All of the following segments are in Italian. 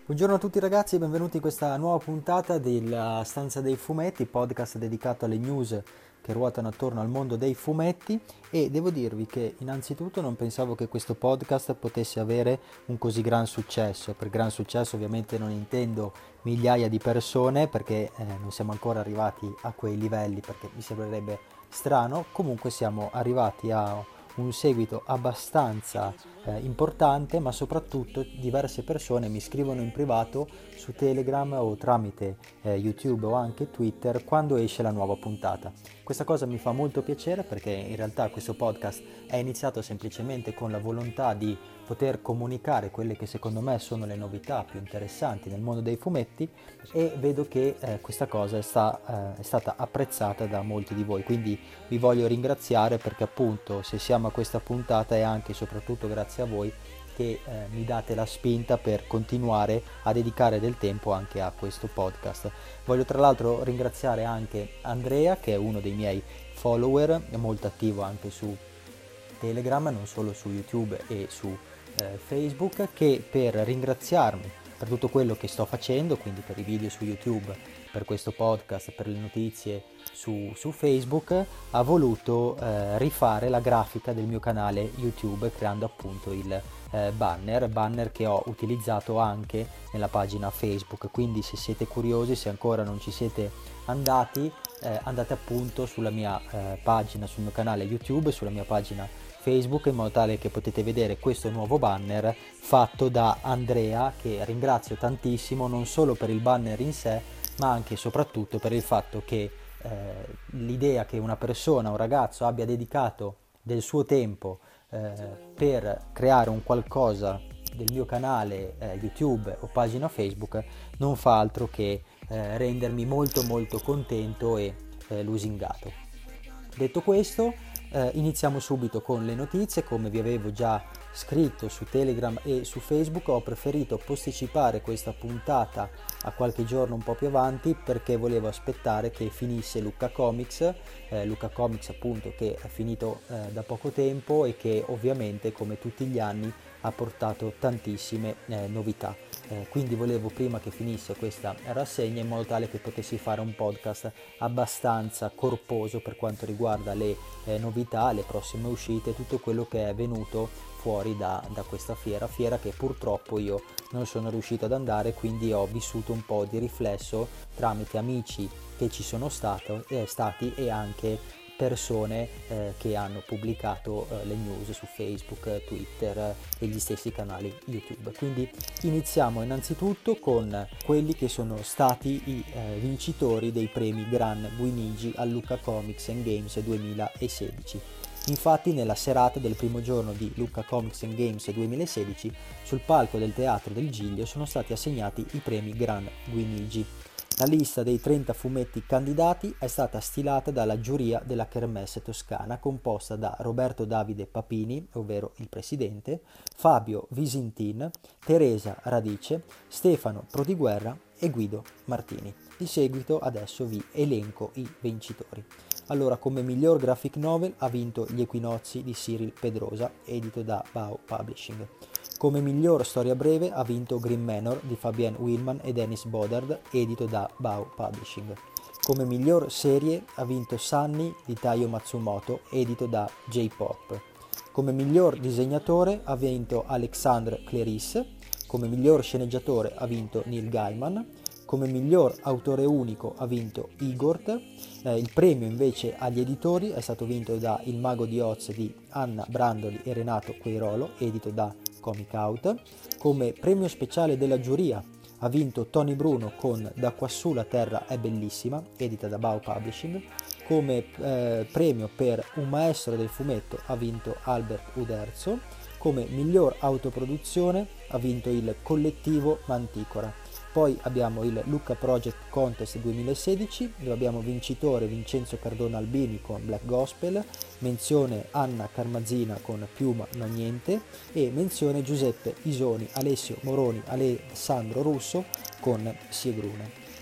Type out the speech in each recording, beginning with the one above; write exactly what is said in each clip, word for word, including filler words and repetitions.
Buongiorno a tutti ragazzi, benvenuti in questa nuova puntata della Stanza dei Fumetti, podcast dedicato alle news che ruotano attorno al mondo dei fumetti, e devo dirvi che innanzitutto non pensavo che questo podcast potesse avere un così gran successo. Per gran successo ovviamente non intendo migliaia di persone, perché eh, non siamo ancora arrivati a quei livelli, perché mi sembrerebbe strano. Comunque siamo arrivati a un seguito abbastanza eh, importante, ma soprattutto diverse persone mi scrivono in privato su Telegram o tramite eh, YouTube o anche Twitter quando esce la nuova puntata. Questa cosa mi fa molto piacere, perché in realtà questo podcast è iniziato semplicemente con la volontà di poter comunicare quelle che secondo me sono le novità più interessanti nel mondo dei fumetti, e vedo che eh, questa cosa è, sta, eh, è stata apprezzata da molti di voi, quindi vi voglio ringraziare, perché appunto se siamo a questa puntata è anche e soprattutto grazie a voi che eh, mi date la spinta per continuare a dedicare del tempo anche a questo podcast. Voglio tra l'altro ringraziare anche Andrea, che è uno dei miei follower, è molto attivo anche su Telegram, non solo su YouTube e su eh, Facebook, che per ringraziarmi per tutto quello che sto facendo, quindi per i video su YouTube, per questo podcast, per le notizie su, su Facebook, ha voluto eh, rifare la grafica del mio canale YouTube, creando appunto il eh, banner, banner che ho utilizzato anche nella pagina Facebook. Quindi se siete curiosi, se ancora non ci siete andati, eh, andate appunto sulla mia eh, pagina, sul mio canale YouTube, sulla mia pagina Facebook, in modo tale che potete vedere questo nuovo banner fatto da Andrea, che ringrazio tantissimo non solo per il banner in sé, ma anche e soprattutto per il fatto che eh, l'idea che una persona, un ragazzo abbia dedicato del suo tempo eh, per creare un qualcosa del mio canale eh, YouTube o pagina Facebook non fa altro che eh, rendermi molto molto contento e eh, lusingato. Detto questo, eh, iniziamo subito con le notizie. Come vi avevo già scritto su Telegram e su Facebook, ho preferito posticipare questa puntata a qualche giorno un po' più avanti, perché volevo aspettare che finisse Lucca Comics, eh, Lucca Comics appunto, che è finito eh, da poco tempo e che ovviamente, come tutti gli anni, ha portato tantissime eh, novità. Eh, quindi volevo prima che finisse questa rassegna, in modo tale che potessi fare un podcast abbastanza corposo per quanto riguarda le eh, novità, le prossime uscite, tutto quello che è venuto fuori da, da questa fiera, fiera che purtroppo io non sono riuscito ad andare, quindi ho vissuto un po' di riflesso tramite amici che ci sono stato, eh, stati, e anche persone eh, che hanno pubblicato eh, le news su Facebook, Twitter eh, e gli stessi canali YouTube. Quindi iniziamo innanzitutto con quelli che sono stati i eh, vincitori dei premi Gran Guinigi al Lucca Comics and Games duemilasedici. Infatti, nella serata del primo giorno di Lucca Comics and Games duemilasedici, sul palco del Teatro del Giglio sono stati assegnati i premi Gran Guinigi. La lista dei trenta fumetti candidati è stata stilata dalla giuria della Kermesse toscana, composta da Roberto Davide Papini, ovvero il presidente, Fabio Visintin, Teresa Radice, Stefano Prodiguerra e Guido Martini. Di seguito adesso vi elenco i vincitori. Allora, come miglior graphic novel ha vinto Gli Equinozi di Cyril Pedrosa, edito da Bao Publishing. Come miglior storia breve ha vinto Green Manor di Fabienne Willman e Dennis Bodard, edito da Bao Publishing. Come miglior serie ha vinto Sunny di Taiyo Matsumoto, edito da J-Pop. Come miglior disegnatore ha vinto Alexandre Cleris. Come miglior sceneggiatore ha vinto Neil Gaiman. Come miglior autore unico ha vinto Igor. Eh, il premio invece agli editori è stato vinto da Il Mago di Oz di Anna Brandoli e Renato Queirolo, edito da Comic Out. Come premio speciale della giuria ha vinto Tony Bruno con Da quassù la terra è bellissima, edita da Bao Publishing. Come eh, premio per un maestro del fumetto ha vinto Albert Uderzo. Come miglior autoproduzione ha vinto il collettivo Manticora. Poi abbiamo il Lucca Project Contest duemilasedici, dove abbiamo vincitore Vincenzo Cardona Albini con Black Gospel, menzione Anna Carmazzina con Piuma No Niente e menzione Giuseppe Isoni, Alessio Moroni, Alessandro Russo con Siegrune.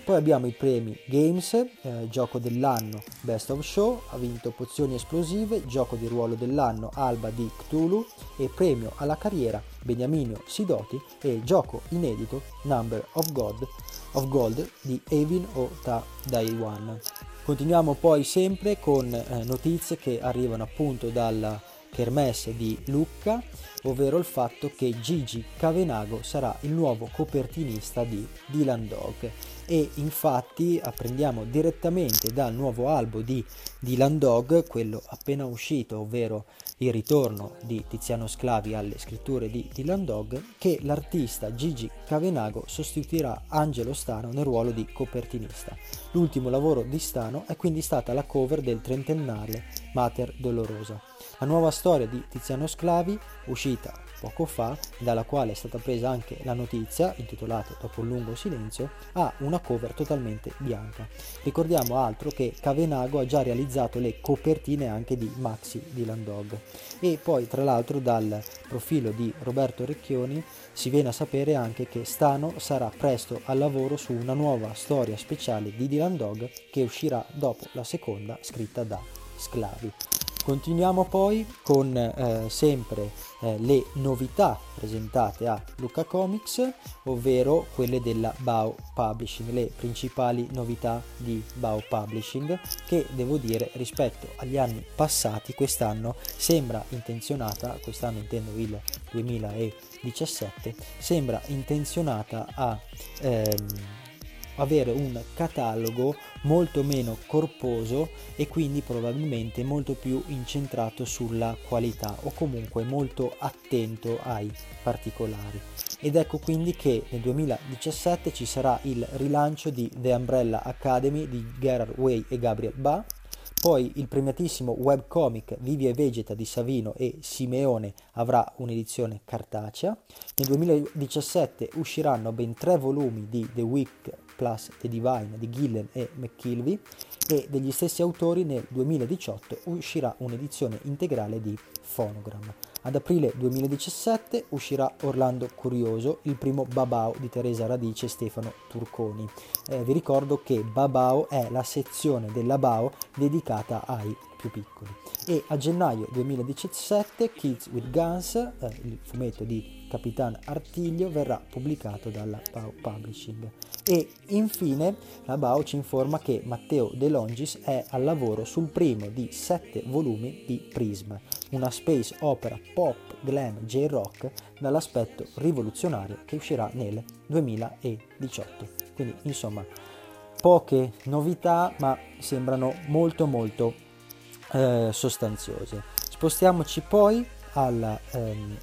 Poi abbiamo i premi Games, eh, gioco dell'anno Best of Show, ha vinto Pozioni Esplosive, gioco di ruolo dell'anno Alba di Cthulhu e premio alla carriera Beniamino Sidoti e gioco inedito Number of God of Gold di Evin o Ta Daiwan. Continuiamo poi sempre con eh, notizie che arrivano appunto dalla Kermesse di Lucca, ovvero il fatto che Gigi Cavenago sarà il nuovo copertinista di Dylan Dog. E infatti apprendiamo direttamente dal nuovo albo di Dylan Dog, quello appena uscito, ovvero il ritorno di Tiziano Sclavi alle scritture di Dylan Dog, che l'artista Gigi Cavenago sostituirà Angelo Stano nel ruolo di copertinista. L'ultimo lavoro di Stano è quindi stata la cover del trentennale Mater Dolorosa. La nuova storia di Tiziano Sclavi, uscita poco fa, dalla quale è stata presa anche la notizia, intitolata Dopo un lungo silenzio, ha una cover totalmente bianca. Ricordiamo altro che Cavenago ha già realizzato le copertine anche di Maxi Dylan Dog. E poi tra l'altro dal profilo di Roberto Recchioni si viene a sapere anche che Stano sarà presto al lavoro su una nuova storia speciale di Dylan Dog che uscirà dopo la seconda, scritta da Sclavi. Continuiamo poi con eh, sempre eh, le novità presentate a Lucca Comics, ovvero quelle della Bao Publishing, le principali novità di Bao Publishing, che devo dire rispetto agli anni passati quest'anno sembra intenzionata, quest'anno intendo il duemiladiciassette, sembra intenzionata a ehm, avere un catalogo molto meno corposo e quindi probabilmente molto più incentrato sulla qualità o comunque molto attento ai particolari. Ed ecco quindi che nel duemiladiciassette ci sarà il rilancio di The Umbrella Academy di Gerard Way e Gabriel Ba, poi il premiatissimo webcomic Vivi e Vegeta di Savino e Simeone avrà un'edizione cartacea. Nel duemiladiciassette usciranno ben tre volumi di The Week plus The Divine di Gillen e McKilvey e degli stessi autori nel duemiladiciotto uscirà un'edizione integrale di Phonogram. Ad aprile duemiladiciassette uscirà Orlando Curioso, il primo Babao di Teresa Radice e Stefano Turconi. Eh, vi ricordo che Babao è la sezione della Bao dedicata ai più piccoli. E a gennaio duemiladiciassette Kids with Guns, eh, il fumetto di Capitan Artiglio, verrà pubblicato dalla Bao Publishing. E infine la Bao ci informa che Matteo De Longis è al lavoro sul primo di sette volumi di Prism, una space opera pop glam J-rock dall'aspetto rivoluzionario che uscirà nel duemiladiciotto. Quindi insomma poche novità, ma sembrano molto molto eh, sostanziose. Spostiamoci poi al ehm,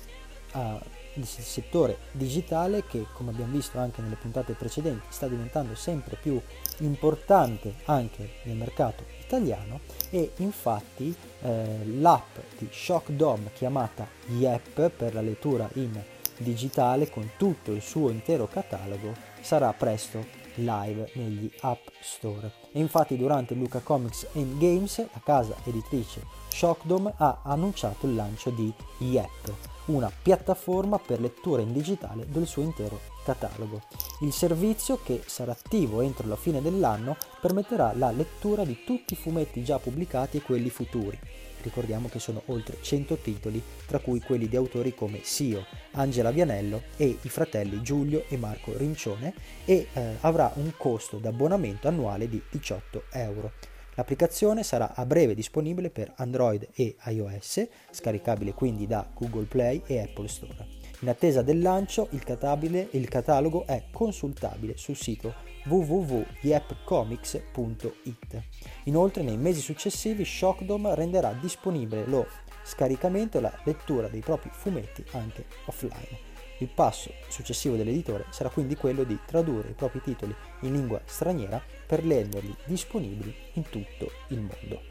a il settore digitale che, come abbiamo visto anche nelle puntate precedenti, sta diventando sempre più importante anche nel mercato italiano e infatti eh, l'app di Shockdom chiamata Yep per la lettura in digitale con tutto il suo intero catalogo sarà presto live negli App Store. E infatti durante Lucca Comics and Games la casa editrice Shockdom ha annunciato il lancio di Yep, una piattaforma per lettura in digitale del suo intero catalogo. Il servizio, che sarà attivo entro la fine dell'anno, permetterà la lettura di tutti i fumetti già pubblicati e quelli futuri. Ricordiamo che sono oltre cento titoli, tra cui quelli di autori come Sio, Angela Vianello e i fratelli Giulio e Marco Rincione, e eh, avrà un costo d'abbonamento annuale di diciotto euro. L'applicazione sarà a breve disponibile per Android e iOS, scaricabile quindi da Google Play e Apple Store. In attesa del lancio, il, il catalogo è consultabile sul sito w w w punto yepcomics punto i t. Inoltre, nei mesi successivi, Shockdom renderà disponibile lo scaricamento e la lettura dei propri fumetti anche offline. Il passo successivo dell'editore sarà quindi quello di tradurre i propri titoli in lingua straniera per renderli disponibili in tutto il mondo.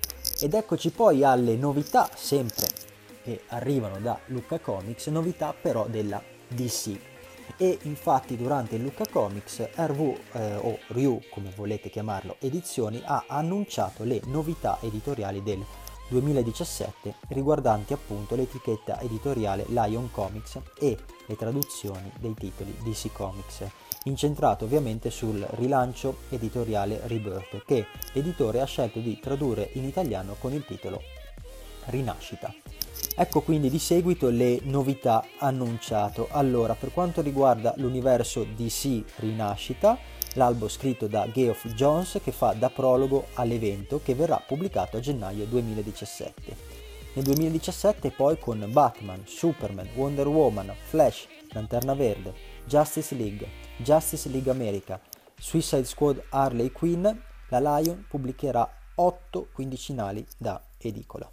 Ed eccoci poi alle novità sempre che arrivano da Lucca Comics, novità però della D C. E infatti durante il Lucca Comics R V eh, o Ryu, come volete chiamarlo, Edizioni ha annunciato le novità editoriali del duemiladiciassette riguardanti appunto l'etichetta editoriale Lion Comics e le traduzioni dei titoli D C Comics, incentrato ovviamente sul rilancio editoriale Rebirth, che l'editore ha scelto di tradurre in italiano con il titolo Rinascita. Ecco quindi di seguito le novità annunciate. Allora, per quanto riguarda l'universo D C Rinascita, l'albo scritto da Geoff Johns che fa da prologo all'evento che verrà pubblicato a gennaio duemiladiciassette. Nel duemiladiciassette poi con Batman, Superman, Wonder Woman, Flash, Lanterna Verde, Justice League, Justice League America, Suicide Squad, Harley Quinn, la Lion pubblicherà otto quindicinali da edicola.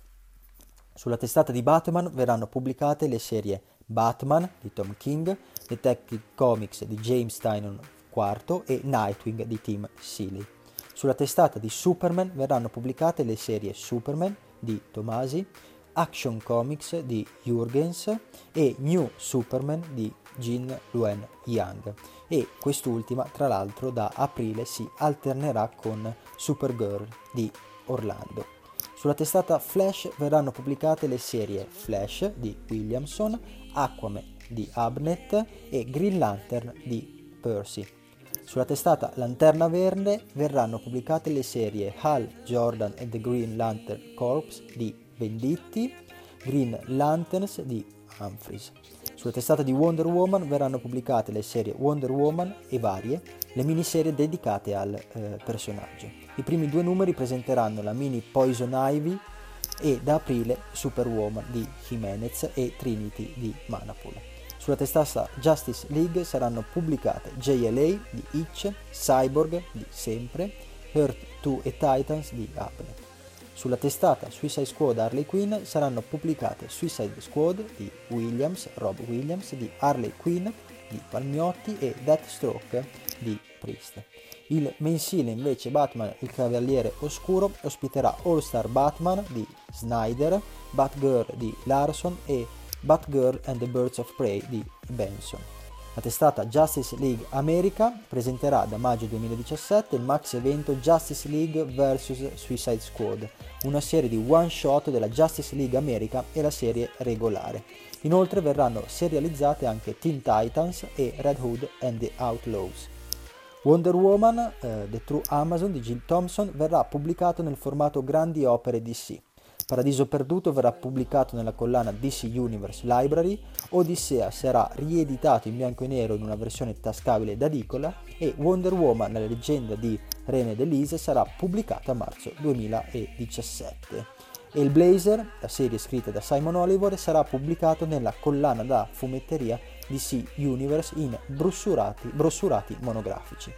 Sulla testata di Batman verranno pubblicate le serie Batman di Tom King, Detective Comics di James Tynion quarto e Nightwing di Tim Seeley. Sulla testata di Superman verranno pubblicate le serie Superman di Tomasi, Action Comics di Jurgens e New Superman di Jin Luen Yang, e quest'ultima tra l'altro da aprile si alternerà con Supergirl di Orlando. Sulla testata Flash verranno pubblicate le serie Flash di Williamson, Aquaman di Abnett e Green Lantern di Percy. Sulla testata Lanterna Verde verranno pubblicate le serie Hal Jordan and the Green Lantern Corps di Venditti, Green Lanterns di Humphries. Sulla testata di Wonder Woman verranno pubblicate le serie Wonder Woman e varie, le miniserie dedicate al eh, personaggio. I primi due numeri presenteranno la mini Poison Ivy e da aprile Superwoman di Jimenez e Trinity di Manapul. Sulla testata Justice League saranno pubblicate J L A di Itch, Cyborg di Sempre, Earth due e Titans di Abnett. Sulla testata Suicide Squad Harley Quinn saranno pubblicate Suicide Squad di Williams, Rob Williams, di Harley Quinn di Palmiotti e Deathstroke di Priest. Il mensile invece Batman il Cavaliere Oscuro ospiterà All Star Batman di Snyder, Batgirl di Larson e Batgirl and the Birds of Prey di Benson. La testata Justice League America presenterà da maggio duemiladiciassette il maxi evento Justice League versus. Suicide Squad, una serie di one shot della Justice League America e la serie regolare. Inoltre verranno serializzate anche Teen Titans e Red Hood and the Outlaws. Wonder Woman, eh, The True Amazon di Jill Thompson, verrà pubblicato nel formato grandi opere D C. Paradiso Perduto verrà pubblicato nella collana D C Universe Library, Odissea sarà rieditato in bianco e nero in una versione tascabile ed edicola e Wonder Woman, la leggenda di René Delise, sarà pubblicata a marzo duemiladiciassette. E il Blazer, la serie scritta da Simon Oliver, sarà pubblicato nella collana da fumetteria D C Universe in brossurati, brossurati monografici.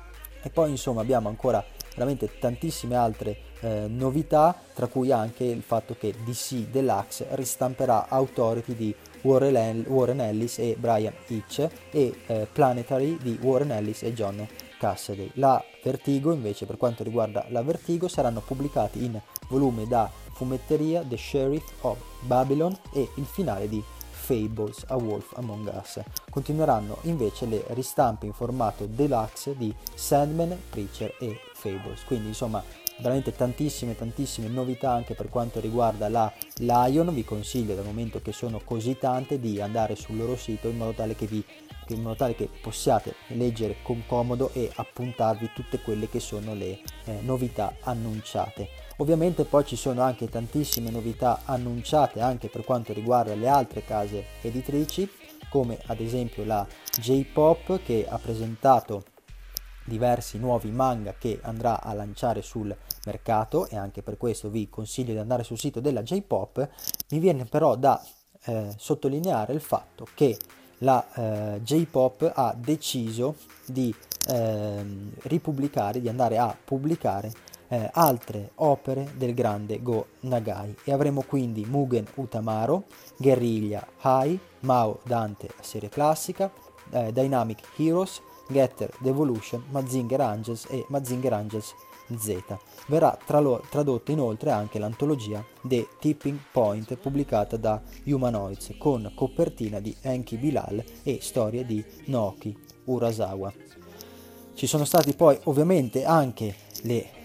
E poi insomma abbiamo ancora veramente tantissime altre eh, novità, tra cui anche il fatto che D C Deluxe ristamperà Authority di Warren, Warren Ellis e Brian Hitch e eh, Planetary di Warren Ellis e John Cassaday. La Vertigo invece, per quanto riguarda la Vertigo, saranno pubblicati in volume da fumetteria The Sheriff of Babylon e il finale di Fables, A Wolf Among Us. Continueranno invece le ristampe in formato deluxe di Sandman, Preacher e Fables. Quindi insomma veramente tantissime tantissime novità anche per quanto riguarda la Lion. Vi consiglio, dal momento che sono così tante, di andare sul loro sito in modo tale che vi in modo tale che possiate leggere con comodo e appuntarvi tutte quelle che sono le eh, novità annunciate. Ovviamente poi ci sono anche tantissime novità annunciate anche per quanto riguarda le altre case editrici, come ad esempio la J-Pop, che ha presentato diversi nuovi manga che andrà a lanciare sul mercato, e anche per questo vi consiglio di andare sul sito della J-Pop. Mi viene però da eh, sottolineare il fatto che la eh, J-Pop ha deciso di eh, ripubblicare, di andare a pubblicare eh, altre opere del grande Go Nagai, e avremo quindi Mugen Utamaro, Guerriglia High, Mao Dante serie classica, eh, Dynamic Heroes, Getter Devolution, Mazinger Angels e Mazinger Angels Z. Verrà tralo- tradotta inoltre anche l'antologia The Tipping Point, pubblicata da Humanoids, con copertina di Enki Bilal e storie di Naoki Urasawa. Ci sono stati poi ovviamente anche le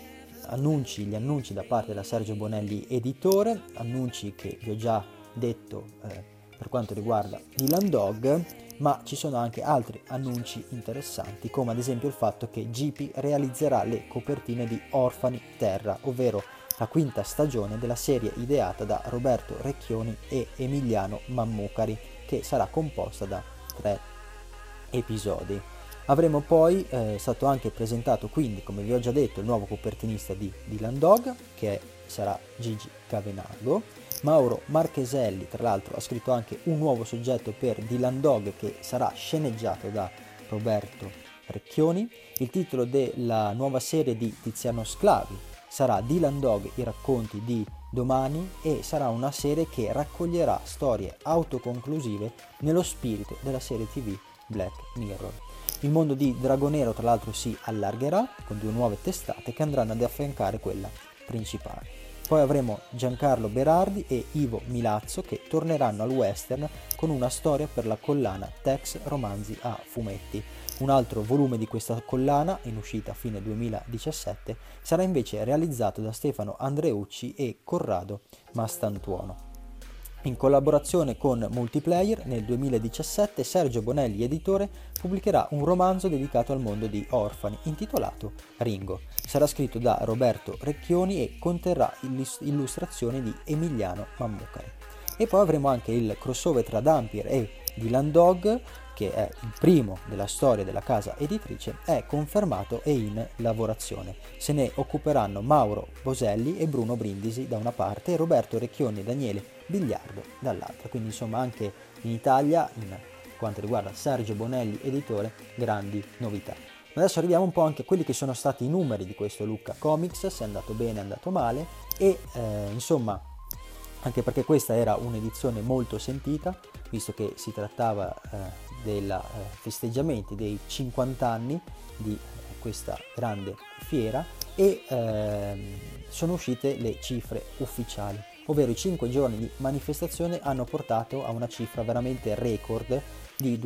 annunci, gli annunci da parte della Sergio Bonelli editore, annunci che vi ho già detto eh, per quanto riguarda Dylan Dog, ma ci sono anche altri annunci interessanti, come ad esempio il fatto che G P realizzerà le copertine di Orfani Terra, ovvero la quinta stagione della serie ideata da Roberto Recchioni e Emiliano Mammucari, che sarà composta da tre episodi. Avremo poi, è eh, stato anche presentato quindi, come vi ho già detto, il nuovo copertinista di Dylan Dog, che sarà Gigi Cavenago. Mauro Marcheselli, tra l'altro, ha scritto anche un nuovo soggetto per Dylan Dog che sarà sceneggiato da Roberto Recchioni. Il titolo della nuova serie di Tiziano Sclavi sarà Dylan Dog, i racconti di domani, e sarà una serie che raccoglierà storie autoconclusive nello spirito della serie tivù Black Mirror. Il mondo di Dragonero, tra l'altro, si allargherà con due nuove testate che andranno ad affiancare quella principale. Poi avremo Giancarlo Berardi e Ivo Milazzo che torneranno al western con una storia per la collana Tex Romanzi a Fumetti. Un altro volume di questa collana, in uscita a fine duemiladiciassette, sarà invece realizzato da Stefano Andreucci e Corrado Mastantuono. In collaborazione con Multiplayer, nel duemiladiciassette Sergio Bonelli, editore, pubblicherà un romanzo dedicato al mondo di Orfani, intitolato Ringo. Sarà scritto da Roberto Recchioni e conterrà illustrazioni di Emiliano Mammucari. E poi avremo anche il crossover tra Dhampir e Dylan Dog, che è il primo della storia della casa editrice, è confermato e in lavorazione. Se ne occuperanno Mauro Boselli e Bruno Brindisi da una parte e Roberto Recchioni e Daniele Bigliardo dall'altra. Quindi insomma anche in Italia, in quanto riguarda Sergio Bonelli editore, grandi novità. Adesso arriviamo un po' anche a quelli che sono stati i numeri di questo Lucca Comics, se è andato bene, è andato male, e eh, insomma, anche perché questa era un'edizione molto sentita, visto che si trattava eh, dei eh, festeggiamenti dei cinquanta anni di eh, questa grande fiera, e eh, sono uscite le cifre ufficiali, ovvero i cinque giorni di manifestazione hanno portato a una cifra veramente record di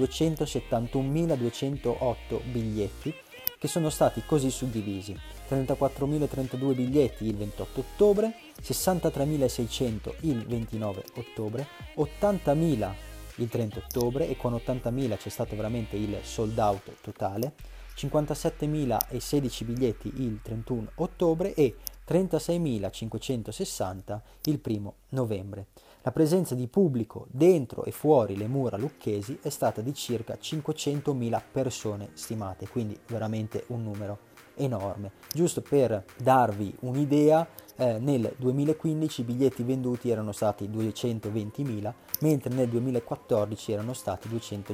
duecentosettantunomiladuecentootto biglietti, che sono stati così suddivisi: trentaquattromilatrentadue biglietti il ventotto ottobre, sessantatremilaseicento il ventinove ottobre, ottantamila il trenta ottobre, e con ottantamila c'è stato veramente il sold out totale, cinquantasettemila sedici biglietti il trentuno ottobre e trentaseimilacinquecentosessanta il primo novembre. La presenza di pubblico dentro e fuori le mura lucchesi è stata di circa cinquecentomila persone stimate, quindi veramente un numero enorme. Giusto per darvi un'idea, eh, nel duemilaquindici i biglietti venduti erano stati duecentoventimila, mentre nel duemilaquattordici erano stati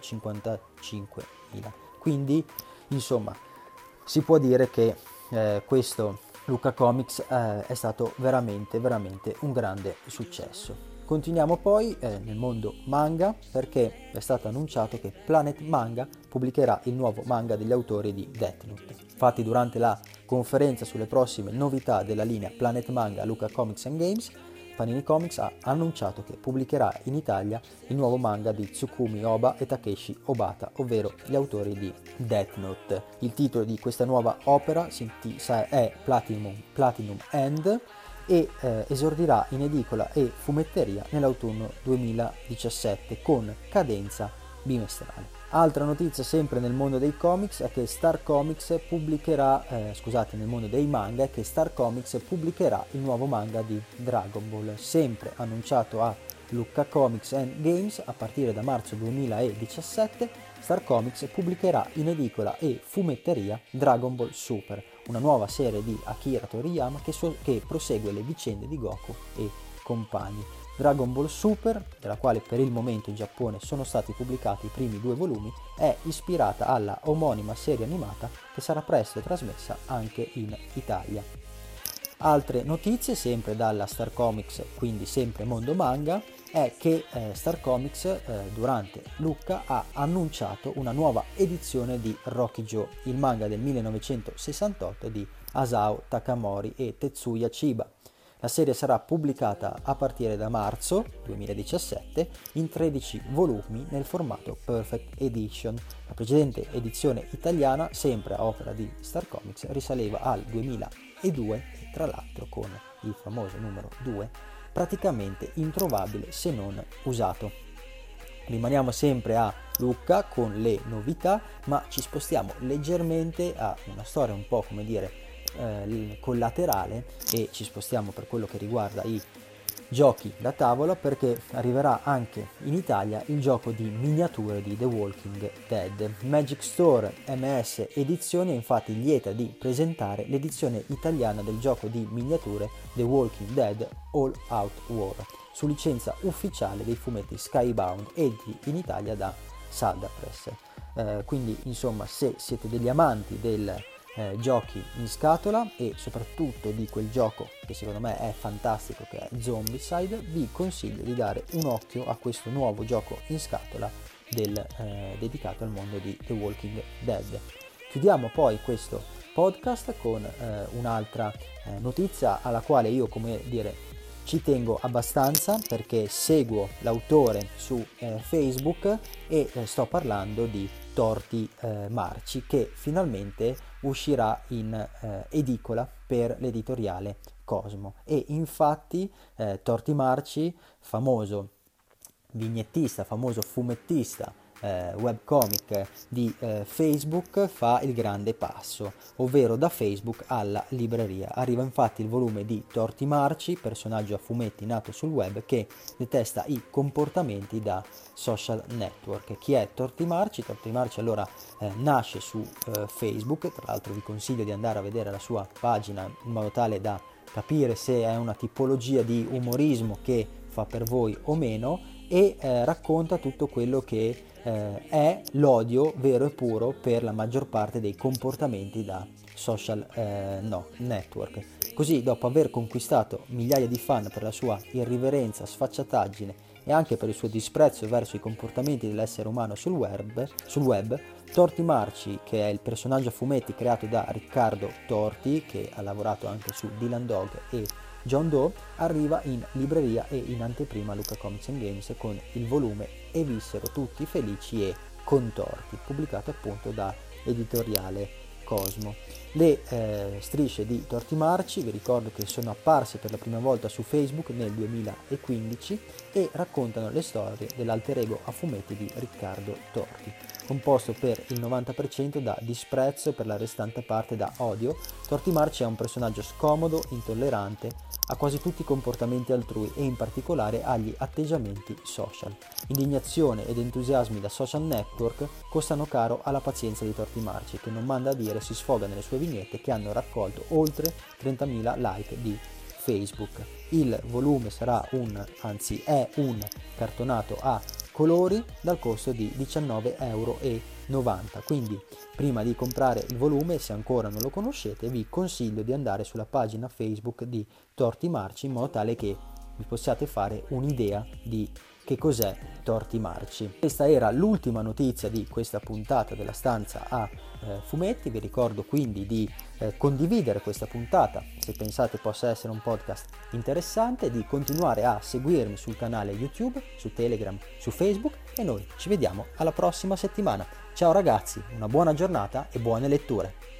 duecentocinquantacinquemila. Quindi, insomma, si può dire che eh, questo Lucca Comics eh, è stato veramente, veramente un grande successo. Continuiamo poi eh, nel mondo manga, perché è stato annunciato che Planet Manga pubblicherà il nuovo manga degli autori di Death Note. Infatti, durante la conferenza sulle prossime novità della linea Planet Manga Lucca Comics and Games, Panini Comics ha annunciato che pubblicherà in Italia il nuovo manga di Tsukumi Oba e Takeshi Obata, ovvero gli autori di Death Note. Il titolo di questa nuova opera è Platinum, Platinum End, e eh, esordirà in edicola e fumetteria nell'autunno duemiladiciassette con cadenza bimestrale. Altra notizia sempre nel mondo dei comics è che Star Comics pubblicherà, eh, scusate, nel mondo dei manga, è che Star Comics pubblicherà il nuovo manga di Dragon Ball, sempre annunciato a Lucca Comics and Games. A partire da marzo duemiladiciassette Star Comics pubblicherà in edicola e fumetteria Dragon Ball Super, una nuova serie di Akira Toriyama che, so- che prosegue le vicende di Goku e compagni. Dragon Ball Super, della quale per il momento in Giappone sono stati pubblicati i primi due volumi, è ispirata alla omonima serie animata che sarà presto trasmessa anche in Italia. Altre notizie sempre dalla Star Comics, quindi sempre mondo manga, è che eh, Star Comics eh, durante Lucca ha annunciato una nuova edizione di Rocky Joe, il manga del millenovecentosessantotto di Asao Takamori e Tetsuya Chiba. La serie sarà pubblicata a partire da marzo duemiladiciassette in tredici volumi nel formato Perfect Edition. La precedente edizione italiana, sempre a opera di Star Comics, risaleva al duemiladue e tra l'altro con il famoso numero due praticamente introvabile se non usato. Rimaniamo sempre a Lucca con le novità, ma ci spostiamo leggermente a una storia un po', come dire, eh, collaterale, e ci spostiamo per quello che riguarda i giochi da tavola, perché arriverà anche in Italia il gioco di miniature di The Walking Dead. Magic Store M S Edizioni è infatti lieta di presentare l'edizione italiana del gioco di miniature The Walking Dead All Out War, su licenza ufficiale dei fumetti Skybound, editi in Italia da Salda Press. Eh, quindi insomma, se siete degli amanti del Eh, giochi in scatola e soprattutto di quel gioco che secondo me è fantastico, che è Zombicide, vi consiglio di dare un occhio a questo nuovo gioco in scatola del, eh, dedicato al mondo di The Walking Dead. Chiudiamo poi questo podcast con eh, un'altra eh, notizia alla quale io, come dire, ci tengo abbastanza, perché seguo l'autore su eh, Facebook e eh, sto parlando di Torti eh, Marci, che finalmente uscirà in eh, edicola per l'editoriale Cosmo. E infatti eh, Torti Marci, famoso vignettista, famoso fumettista, eh, webcomic di eh, Facebook, fa il grande passo, ovvero da Facebook alla libreria. Arriva infatti il volume di Torti Marci, personaggio a fumetti nato sul web che detesta i comportamenti da social network. Chi è Torti Marci? Torti Marci allora eh, nasce su eh, Facebook, tra l'altro vi consiglio di andare a vedere la sua pagina in modo tale da capire se è una tipologia di umorismo che fa per voi o meno, e eh, racconta tutto quello che eh, è l'odio vero e puro per la maggior parte dei comportamenti da social eh, no, network. Così, dopo aver conquistato migliaia di fan per la sua irriverenza, sfacciataggine e anche per il suo disprezzo verso i comportamenti dell'essere umano sul web, sul web, Torti Marci, che è il personaggio a fumetti creato da Riccardo Torti, che ha lavorato anche su Dylan Dog e John Doe, arriva in libreria e in anteprima a Lucca Comics and Games con il volume E vissero tutti felici e contorti, pubblicato appunto da editoriale Cosmo. Le eh, strisce di Torti Marci, vi ricordo che sono apparse per la prima volta su Facebook nel duemilaquindici e raccontano le storie dell'alter ego a fumetti di Riccardo Torti, composto per il novanta per cento da disprezzo e per la restante parte da odio. Torti Marci è un personaggio scomodo, intollerante a quasi tutti i comportamenti altrui e in particolare agli atteggiamenti social. Indignazione ed entusiasmi da social network costano caro alla pazienza di Torti Marci, che non manda a dire si sfoga nelle sue vignette che hanno raccolto oltre trentamila like di Facebook. Il volume sarà un, anzi è un cartonato a colori dal costo di diciannove virgola novanta euro. Quindi prima di comprare il volume, se ancora non lo conoscete, vi consiglio di andare sulla pagina Facebook di Torti Marci in modo tale che vi possiate fare un'idea di che cos'è Torti Marci. Questa era l'ultima notizia di questa puntata della stanza a eh, fumetti. Vi ricordo quindi di eh, condividere questa puntata se pensate possa essere un podcast interessante, di continuare a seguirmi sul canale YouTube, su Telegram, su Facebook, e noi ci vediamo alla prossima settimana. Ciao ragazzi, una buona giornata e buone letture.